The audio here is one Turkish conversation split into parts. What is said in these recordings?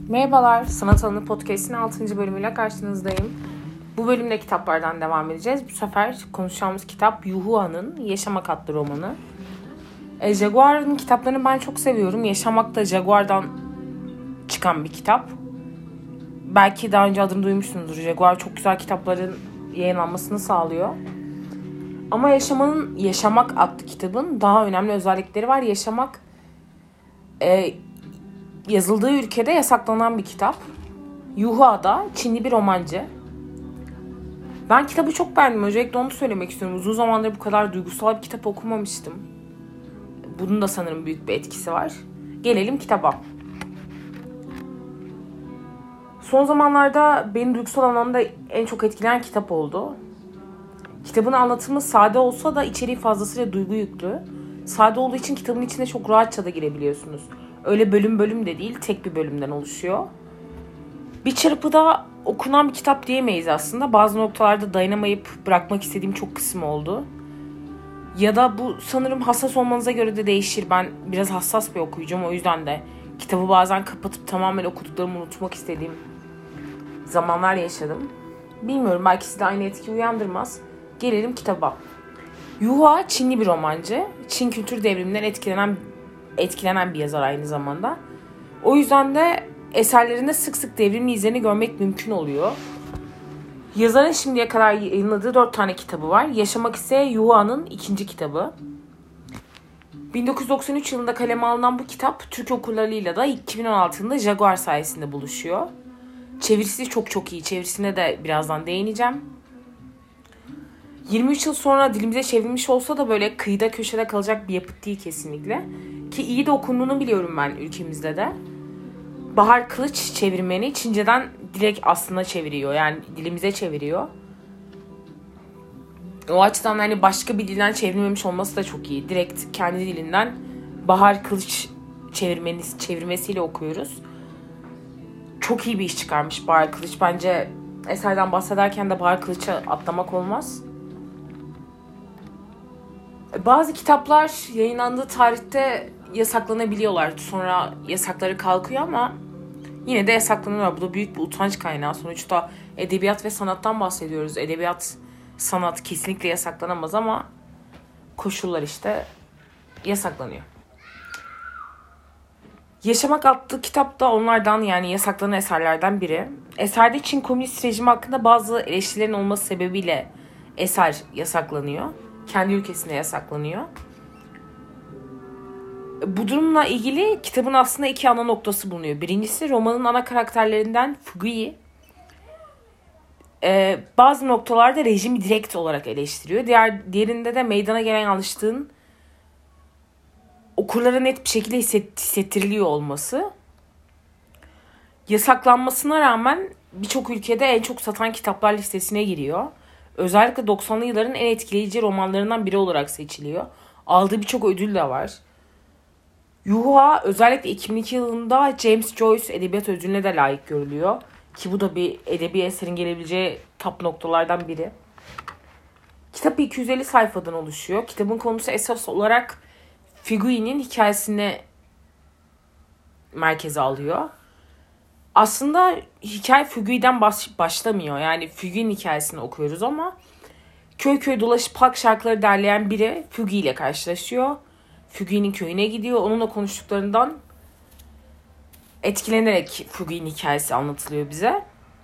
Merhabalar, Sanat Alanı Podcast'in 6. bölümüyle karşınızdayım. Bu bölümde kitaplardan devam edeceğiz. Bu sefer konuşacağımız kitap Yuhua'nın Yaşamak adlı romanı. Jaguar'ın kitaplarını ben çok seviyorum. Yaşamak da Jaguar'dan çıkan bir kitap. Belki daha önce adını duymuşsunuzdur. Jaguar çok güzel kitapların yayınlanmasını sağlıyor. Ama Yaşamak adlı kitabın daha önemli özellikleri var. Yaşamak yazıldığı ülkede yasaklanan bir kitap. Yuhua da Çinli bir romancı. Ben kitabı çok beğendim. Öncelikle onu söylemek istiyorum. Uzun zamandır bu kadar duygusal bir kitap okumamıştım. Bunun da sanırım büyük bir etkisi var. Gelelim kitaba. Son zamanlarda beni duygusal anlamda en çok etkileyen kitap oldu. Kitabın anlatımı sade olsa da içeriği fazlasıyla duygu yüklü. Sade olduğu için kitabın içine çok rahatça da girebiliyorsunuz. Öyle bölüm bölüm de değil, tek bir bölümden oluşuyor. Bir çırpıda okunan bir kitap diyemeyiz aslında. Bazı noktalarda dayanamayıp bırakmak istediğim çok kısım oldu. Ya da bu sanırım hassas olmanıza göre de değişir. Ben biraz hassas bir okuyucuyum. O yüzden de kitabı bazen kapatıp tamamen okuduklarımı unutmak istediğim zamanlar yaşadım. Bilmiyorum, belki size aynı etki uyandırmaz. Gelelim kitaba. Yuhua Çinli bir romancı. Çin kültür devriminden etkilenen bir yazar aynı zamanda. O yüzden de eserlerinde sık sık devrimli izlerini görmek mümkün oluyor. Yazarın şimdiye kadar yayınladığı 4 tane kitabı var. Yaşamak ise Yuhua'nın ikinci kitabı. 1993 yılında kaleme alınan bu kitap Türk okurlarıyla da 2016 yılında Jaguar sayesinde buluşuyor. Çevirisi çok iyi. Çevirisine de birazdan değineceğim. 23 yıl sonra dilimize çevrilmiş olsa da böyle kıyıda köşede kalacak bir yapıt değil kesinlikle. Ki iyi de okunduğunu biliyorum ben ülkemizde de. Bahar Kılıç çevirmeni Çince'den direkt aslına çeviriyor. Yani dilimize çeviriyor. O açıdan hani başka bir dilden çevrilmemiş olması da çok iyi. Direkt kendi dilinden Bahar Kılıç çevirmesiyle okuyoruz. Çok iyi bir iş çıkarmış Bahar Kılıç. Bence eserden bahsederken de Bahar Kılıç'a atlamak olmaz. Bazı kitaplar yayınlandığı tarihte yasaklanabiliyorlar. Sonra yasakları kalkıyor ama yine de yasaklanıyorlar. Bu da büyük bir utanç kaynağı. Sonuçta edebiyat ve sanattan bahsediyoruz. Edebiyat, sanat kesinlikle yasaklanamaz ama koşullar işte yasaklanıyor. Yaşamak adlı kitap da onlardan, yani yasaklanan eserlerden biri. Eserde Çin komünist rejimi hakkında bazı eleştirilerin olması sebebiyle eser yasaklanıyor. Kendi ülkesinde yasaklanıyor. Bu durumla ilgili kitabın aslında 2 ana noktası bulunuyor. Birincisi, romanın ana karakterlerinden Fugui bazı noktalarda rejimi direkt olarak eleştiriyor. Diğerinde de meydana gelen yanlışlığın okurlara net bir şekilde hissettiriliyor olması. Yasaklanmasına rağmen birçok ülkede en çok satan kitaplar listesine giriyor. Özellikle 90'lı yılların en etkileyici romanlarından biri olarak seçiliyor. Aldığı birçok ödül de var. Yuhua özellikle 2002 yılında James Joyce Edebiyat Ödülü'ne de layık görülüyor. Ki bu da bir edebi eserin gelebileceği top noktalardan biri. Kitap 250 sayfadan oluşuyor. Kitabın konusu esas olarak Fugui'nin hikayesini merkeze alıyor. Aslında hikaye Fugui'den başlamıyor. Yani Fugui'nin hikayesini okuyoruz ama köy köy dolaşıp halk şarkıları derleyen biri Fugui ile karşılaşıyor. Fugui'nin köyüne gidiyor. Onunla konuştuklarından etkilenerek Fugui'nin hikayesi anlatılıyor bize.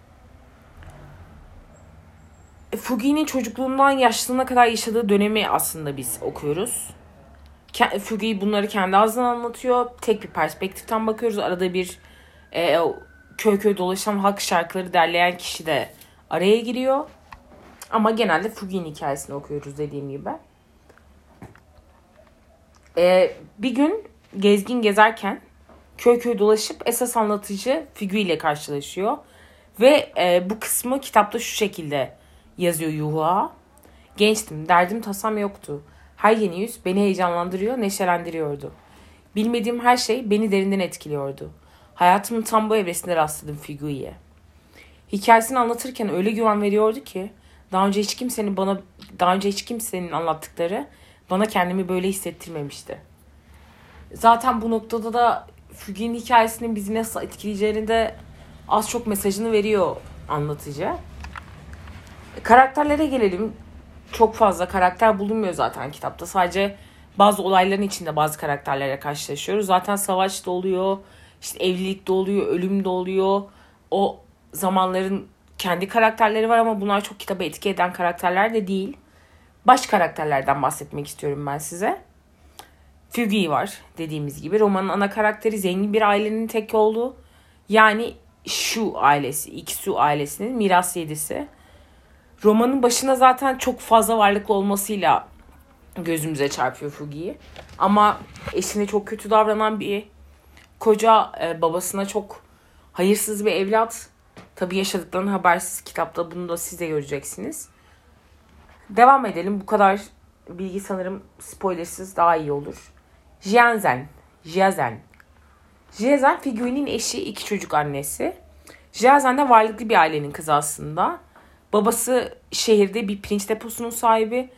Fugui'nin çocukluğundan yaşlılığına kadar yaşadığı dönemi aslında biz okuyoruz. Fugui bunları kendi ağzından anlatıyor. Tek bir perspektiften bakıyoruz. Arada bir köy köy dolaşan halk şarkıları derleyen kişi de araya giriyor. Ama genelde Fugui'nin hikayesini okuyoruz dediğim gibi. Bir gün gezgin gezerken köy köy dolaşıp esas anlatıcı Fugui ile karşılaşıyor. Ve bu kısmı kitapta şu şekilde yazıyor Yuhua. Gençtim, derdim tasam yoktu. Her yeni yüz beni heyecanlandırıyor, neşelendiriyordu. Bilmediğim her şey beni derinden etkiliyordu. Hayatımın tam bu evresinde rastladım Fugui'ye. Hikayesini anlatırken öyle güven veriyordu ki daha önce hiç kimsenin anlattıkları bana kendimi böyle hissettirmemişti. Zaten bu noktada da Füge'nin hikayesinin bizi nasıl etkileyeceğini de az çok mesajını veriyor anlatıcı. Karakterlere gelelim. Çok fazla karakter bulunmuyor zaten kitapta. Sadece bazı olayların içinde bazı karakterlerle karşılaşıyoruz. Zaten savaş da oluyor, işte evlilik de oluyor, ölüm de oluyor. O zamanların kendi karakterleri var ama bunlar çok kitaba etki eden karakterler de değil. Baş karakterlerden bahsetmek istiyorum ben size. Fugi var dediğimiz gibi. Romanın ana karakteri zengin bir ailenin tek oğlu. Yani Shu ailesi, Iksu ailesinin miras yedisi. Romanın başına zaten çok fazla varlıklı olmasıyla gözümüze çarpıyor Fugi'yi. Ama eşine çok kötü davranan bir koca, babasına çok hayırsız bir evlat. Tabii yaşadıklarının habersiz kitapta, bunu da siz de göreceksiniz. Devam edelim. Bu kadar bilgi sanırım spoilersiz daha iyi olur. Jiazen. Jiazen Figui'nin eşi, 2 çocuk annesi. Jiazen de varlıklı bir ailenin kızı aslında. Babası şehirde bir pirinç deposunun sahibi.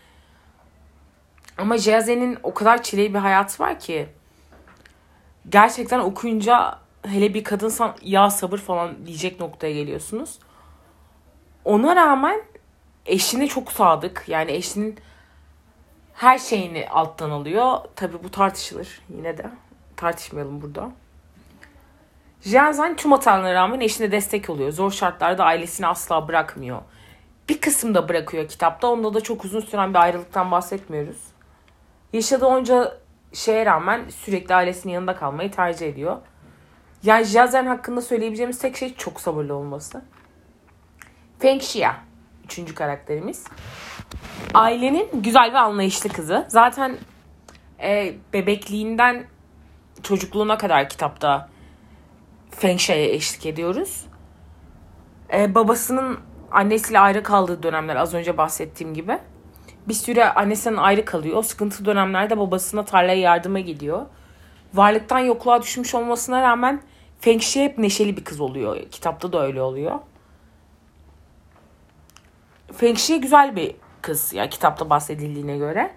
Ama Jiazen'in o kadar çileli bir hayatı var ki gerçekten okuyunca, hele bir kadınsan ya sabır falan diyecek noktaya geliyorsunuz. Ona rağmen eşine çok sadık. Yani eşinin her şeyini alttan alıyor. Tabii bu tartışılır. Yine de tartışmayalım burada. Jiazen tüm hatalarına rağmen eşine destek oluyor. Zor şartlarda ailesini asla bırakmıyor. Bir kısım da bırakıyor kitapta. Onda da çok uzun süren bir ayrılıktan bahsetmiyoruz. Yaşadığı onca şeye rağmen sürekli ailesinin yanında kalmayı tercih ediyor. Yani Jiazen hakkında söyleyebileceğimiz tek şey çok sabırlı olması. Feng Xia, 3. karakterimiz. Ailenin güzel ve anlayışlı kızı. Zaten bebekliğinden çocukluğuna kadar kitapta Feng Xia'ya eşlik ediyoruz. Babasının annesiyle ayrı kaldığı dönemler, az önce bahsettiğim gibi. Bir süre annesinden ayrı kalıyor. O sıkıntılı dönemlerde babasına tarlaya yardıma gidiyor. Varlıktan yokluğa düşmüş olmasına rağmen Feng Xia hep neşeli bir kız oluyor. Kitapta da öyle oluyor. Feng Xia güzel bir kız ya, kitapta bahsedildiğine göre.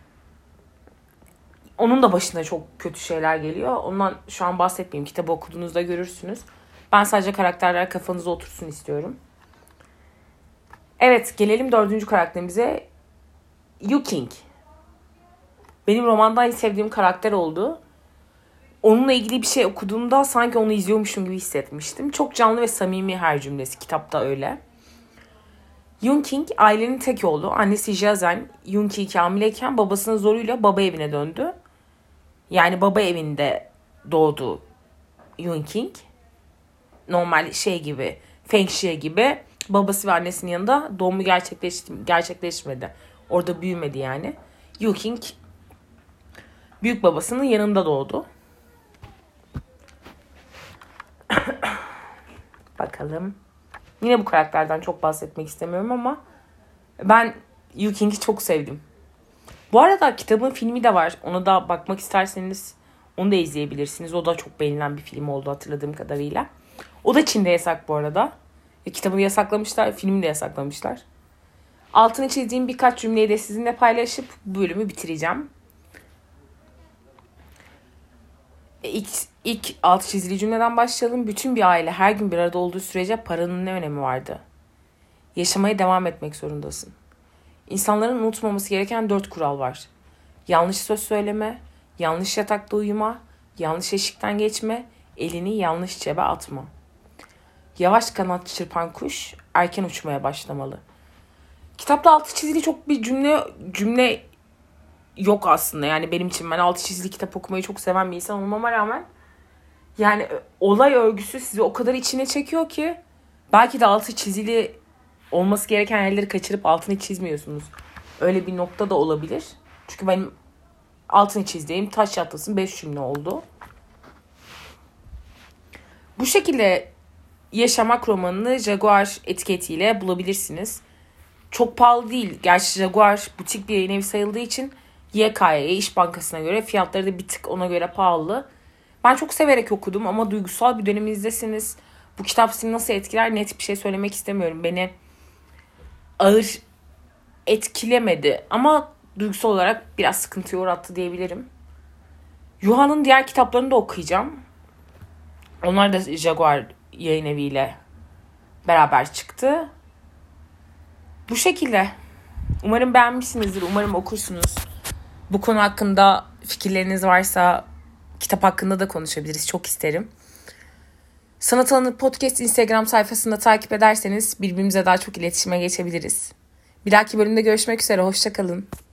Onun da başına çok kötü şeyler geliyor. Ondan şu an bahsetmeyeyim. Kitabı okuduğunuzda görürsünüz. Ben sadece karakterler kafanıza otursun istiyorum. Evet, gelelim 4. karakterimize. Yu King. Benim romandan en sevdiğim karakter oldu. Onunla ilgili bir şey okuduğumda sanki onu izliyormuşum gibi hissetmiştim. Çok canlı ve samimi her cümlesi. Kitapta öyle. Yu King ailenin tek oğlu. Annesi Jiazen Yu King hamileyken babasının zoruyla baba evine döndü. Yani baba evinde doğdu Yu King. Normal şey gibi, Feng Xia gibi babası ve annesinin yanında doğumu gerçekleşmedi. Orada büyümedi yani. Yu King büyük babasının yanında doğdu. Bakalım. Yine bu karakterden çok bahsetmek istemiyorum ama ben Yu King'i çok sevdim. Bu arada kitabın filmi de var. Ona da bakmak isterseniz onu da izleyebilirsiniz. O da çok beğenilen bir film oldu hatırladığım kadarıyla. O da Çin'de yasak bu arada. Kitabını yasaklamışlar, filmi de yasaklamışlar. Altını çizdiğim birkaç cümleyi de sizinle paylaşıp bu bölümü bitireceğim. İlk altı çizili cümleden başlayalım. Bütün bir aile her gün bir arada olduğu sürece paranın ne önemi vardı? Yaşamaya devam etmek zorundasın. İnsanların unutmaması gereken 4 kural var. Yanlış söz söyleme, yanlış yatakta uyuma, yanlış eşikten geçme, elini yanlış cebe atma. Yavaş kanat çırpan kuş erken uçmaya başlamalı. Kitapta altı çizili çok bir cümle yok aslında. Yani benim için, ben altı çizili kitap okumayı çok seven bir insan olmama rağmen yani olay örgüsü sizi o kadar içine çekiyor ki belki de altı çizili olması gereken yerleri kaçırıp altını çizmiyorsunuz. Öyle bir nokta da olabilir. Çünkü benim altını çizdiğim taş çatlasın 5 cümle oldu. Bu şekilde Yaşamak romanını Jaguar etiketiyle bulabilirsiniz. Çok pahalı değil. Gerçi Jaguar butik bir yayın evi sayıldığı için YK'ye, İş Bankası'na göre fiyatları da bir tık ona göre pahalı. Ben çok severek okudum ama duygusal bir dönemizdesiniz. Bu kitap sizi nasıl etkiler net bir şey söylemek istemiyorum. Beni ağır etkilemedi ama duygusal olarak biraz sıkıntıya uğrattı diyebilirim. Yuhan'ın diğer kitaplarını da okuyacağım. Onlar da Jaguar Yayın Evi ile beraber çıktı. Bu şekilde. Umarım beğenmişsinizdir. Umarım okursunuz. Bu konu hakkında fikirleriniz varsa kitap hakkında da konuşabiliriz. Çok isterim. Sanat Alanı Podcast Instagram sayfasında takip ederseniz birbirimize daha çok iletişime geçebiliriz. Bir dahaki bölümde görüşmek üzere. Hoşça kalın.